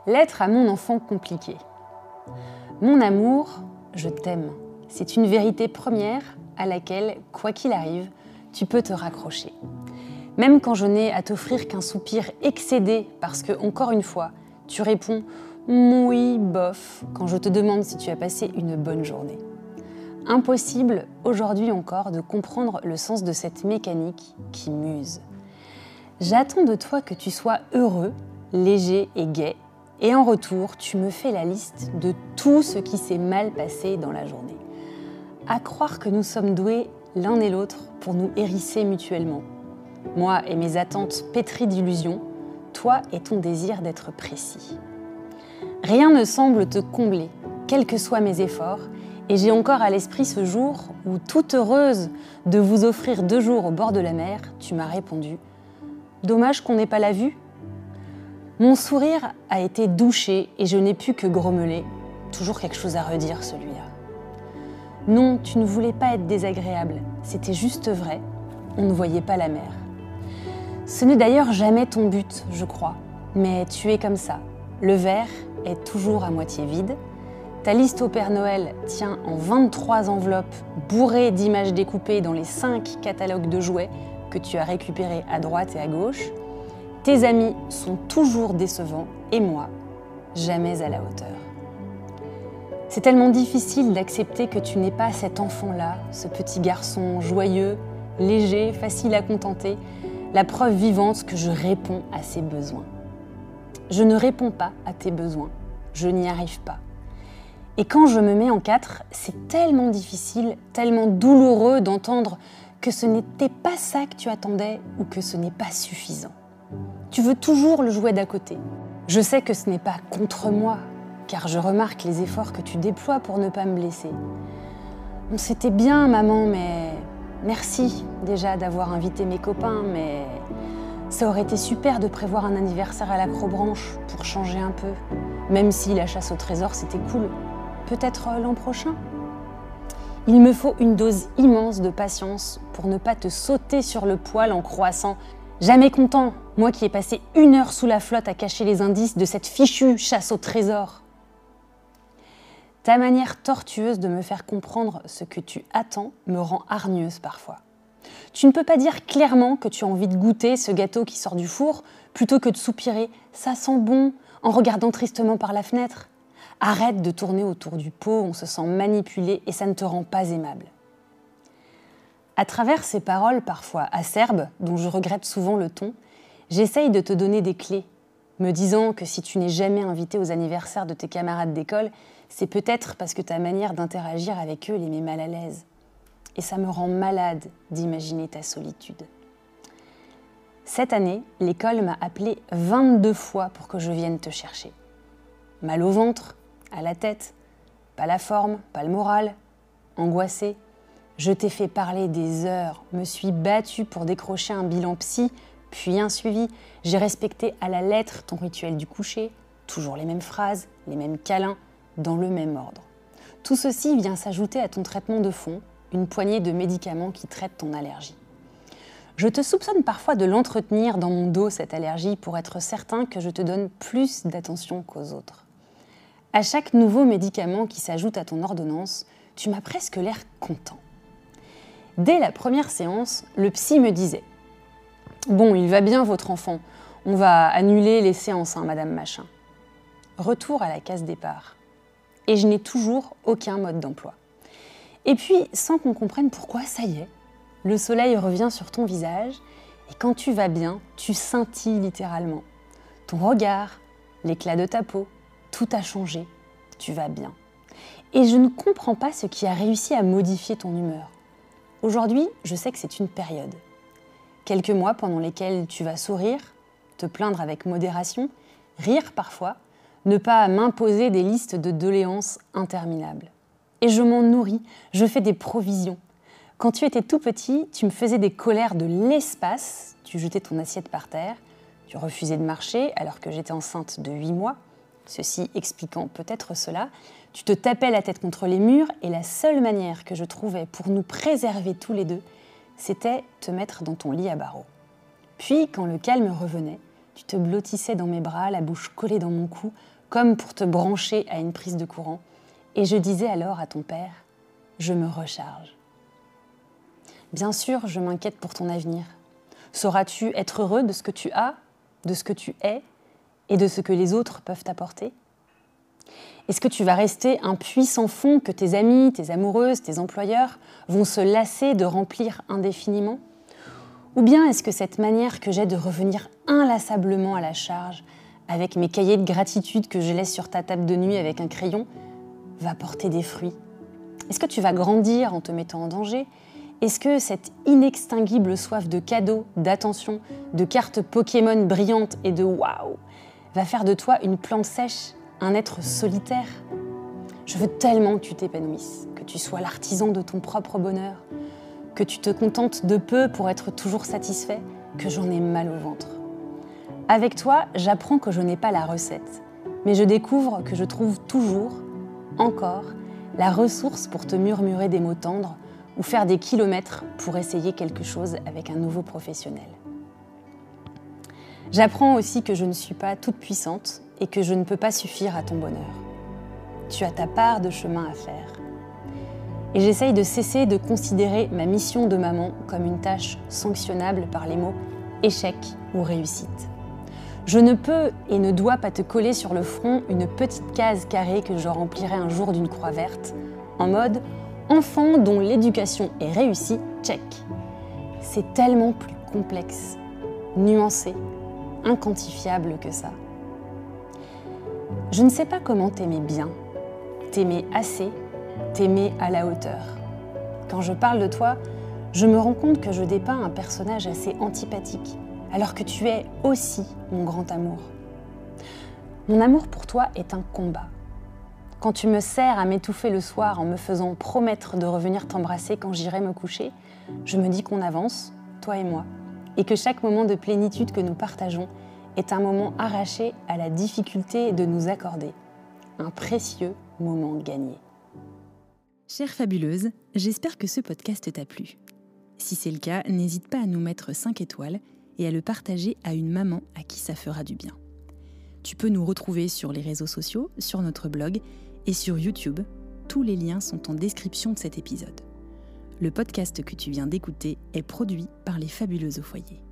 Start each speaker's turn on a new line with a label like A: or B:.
A: Lettre à mon enfant compliqué. Mon amour, je t'aime. C'est une vérité première à laquelle, quoi qu'il arrive, tu peux te raccrocher. Même quand je n'ai à t'offrir qu'un soupir excédé parce que, encore une fois, tu réponds « oui, bof » quand je te demande si tu as passé une bonne journée. Impossible, aujourd'hui encore, de comprendre le sens de cette mécanique qui m'use. J'attends de toi que tu sois heureux, léger et gai, et en retour, tu me fais la liste de tout ce qui s'est mal passé dans la journée. À croire que nous sommes doués l'un et l'autre pour nous hérisser mutuellement. Moi et mes attentes pétries d'illusions, toi et ton désir d'être précis. Rien ne semble te combler, quels que soient mes efforts, et j'ai encore à l'esprit ce jour où, toute heureuse de vous offrir 2 jours au bord de la mer, tu m'as répondu « Dommage qu'on n'ait pas la vue ». Mon sourire a été douché et je n'ai pu que grommeler. Toujours quelque chose à redire, celui-là. Non, tu ne voulais pas être désagréable, c'était juste vrai, on ne voyait pas la mer. Ce n'est d'ailleurs jamais ton but, je crois, mais tu es comme ça. Le verre est toujours à moitié vide, ta liste au Père Noël tient en 23 enveloppes bourrées d'images découpées dans les 5 catalogues de jouets que tu as récupérés à droite et à gauche. Tes amis sont toujours décevants et moi, jamais à la hauteur. C'est tellement difficile d'accepter que tu n'es pas cet enfant-là, ce petit garçon joyeux, léger, facile à contenter, la preuve vivante que je réponds à ses besoins. Je ne réponds pas à tes besoins, je n'y arrive pas. Et quand je me mets en 4, c'est tellement difficile, tellement douloureux d'entendre que ce n'était pas ça que tu attendais ou que ce n'est pas suffisant. Tu veux toujours le jouet d'à côté. Je sais que ce n'est pas contre moi, car je remarque les efforts que tu déploies pour ne pas me blesser. C'était bien, maman, mais merci déjà d'avoir invité mes copains, mais ça aurait été super de prévoir un anniversaire à l'Acrobranche pour changer un peu, même si la chasse au trésor c'était cool. Peut-être l'an prochain ? Il me faut une dose immense de patience pour ne pas te sauter sur le poil en croassant. Jamais content, moi qui ai passé 1 heure sous la flotte à cacher les indices de cette fichue chasse au trésor. Ta manière tortueuse de me faire comprendre ce que tu attends me rend hargneuse parfois. Tu ne peux pas dire clairement que tu as envie de goûter ce gâteau qui sort du four plutôt que de soupirer « ça sent bon » en regardant tristement par la fenêtre. Arrête de tourner autour du pot, on se sent manipulé et ça ne te rend pas aimable. À travers ces paroles parfois acerbes, dont je regrette souvent le ton, j'essaye de te donner des clés, me disant que si tu n'es jamais invité aux anniversaires de tes camarades d'école, c'est peut-être parce que ta manière d'interagir avec eux les met mal à l'aise. Et ça me rend malade d'imaginer ta solitude. Cette année, l'école m'a appelée 22 fois pour que je vienne te chercher. Mal au ventre, à la tête, pas la forme, pas le moral, angoissée. Je t'ai fait parler des heures, me suis battue pour décrocher un bilan psy, puis un suivi. J'ai respecté à la lettre ton rituel du coucher, toujours les mêmes phrases, les mêmes câlins, dans le même ordre. Tout ceci vient s'ajouter à ton traitement de fond, une poignée de médicaments qui traitent ton allergie. Je te soupçonne parfois de l'entretenir dans mon dos, cette allergie, pour être certain que je te donne plus d'attention qu'aux autres. À chaque nouveau médicament qui s'ajoute à ton ordonnance, tu m'as presque l'air content. Dès la première séance, le psy me disait « Bon, il va bien votre enfant, on va annuler les séances, hein, madame machin. » Retour à la case départ. Et je n'ai toujours aucun mode d'emploi. Et puis, sans qu'on comprenne pourquoi, ça y est, le soleil revient sur ton visage et quand tu vas bien, tu scintilles littéralement. Ton regard, l'éclat de ta peau, tout a changé, tu vas bien. Et je ne comprends pas ce qui a réussi à modifier ton humeur. Aujourd'hui, je sais que c'est une période. Quelques mois pendant lesquels tu vas sourire, te plaindre avec modération, rire parfois, ne pas m'imposer des listes de doléances interminables. Et je m'en nourris, je fais des provisions. Quand tu étais tout petit, tu me faisais des colères de l'espace, tu jetais ton assiette par terre, tu refusais de marcher alors que j'étais enceinte de 8 mois, ceci expliquant peut-être cela, tu te tapais la tête contre les murs et la seule manière que je trouvais pour nous préserver tous les deux, c'était te mettre dans ton lit à barreaux. Puis, quand le calme revenait, tu te blottissais dans mes bras, la bouche collée dans mon cou, comme pour te brancher à une prise de courant, et je disais alors à ton père, je me recharge. Bien sûr, je m'inquiète pour ton avenir. Sauras-tu être heureux de ce que tu as, de ce que tu es et de ce que les autres peuvent t'apporter ? Est-ce que tu vas rester un puits sans fond que tes amis, tes amoureuses, tes employeurs vont se lasser de remplir indéfiniment ? Ou bien est-ce que cette manière que j'ai de revenir inlassablement à la charge, avec mes cahiers de gratitude que je laisse sur ta table de nuit avec un crayon, va porter des fruits ? Est-ce que tu vas grandir en te mettant en danger ? Est-ce que cette inextinguible soif de cadeaux, d'attention, de cartes Pokémon brillantes et de waouh va faire de toi une plante sèche, un être solitaire ? Je veux tellement que tu t'épanouisses, que tu sois l'artisan de ton propre bonheur, que tu te contentes de peu pour être toujours satisfait, que j'en ai mal au ventre. Avec toi, j'apprends que je n'ai pas la recette, mais je découvre que je trouve toujours, encore, la ressource pour te murmurer des mots tendres ou faire des kilomètres pour essayer quelque chose avec un nouveau professionnel. J'apprends aussi que je ne suis pas toute puissante et que je ne peux pas suffire à ton bonheur. Tu as ta part de chemin à faire. Et j'essaye de cesser de considérer ma mission de maman comme une tâche sanctionnable par les mots échec ou réussite. Je ne peux et ne dois pas te coller sur le front une petite case carrée que je remplirai un jour d'une croix verte, en mode enfant dont l'éducation est réussie, check. C'est tellement plus complexe, nuancé, inquantifiable que ça. Je ne sais pas comment t'aimer bien, t'aimer assez, t'aimer à la hauteur. Quand je parle de toi, je me rends compte que je dépeins un personnage assez antipathique, alors que tu es aussi mon grand amour. Mon amour pour toi est un combat. Quand tu me serres à m'étouffer le soir en me faisant promettre de revenir t'embrasser quand j'irai me coucher, je me dis qu'on avance, toi et moi, et que chaque moment de plénitude que nous partageons est un moment arraché à la difficulté de nous accorder. Un précieux moment gagné.
B: Chère fabuleuse, j'espère que ce podcast t'a plu. Si c'est le cas, n'hésite pas à nous mettre 5 étoiles et à le partager à une maman à qui ça fera du bien. Tu peux nous retrouver sur les réseaux sociaux, sur notre blog et sur YouTube. Tous les liens sont en description de cet épisode. Le podcast que tu viens d'écouter est produit par les Fabuleuses au foyer.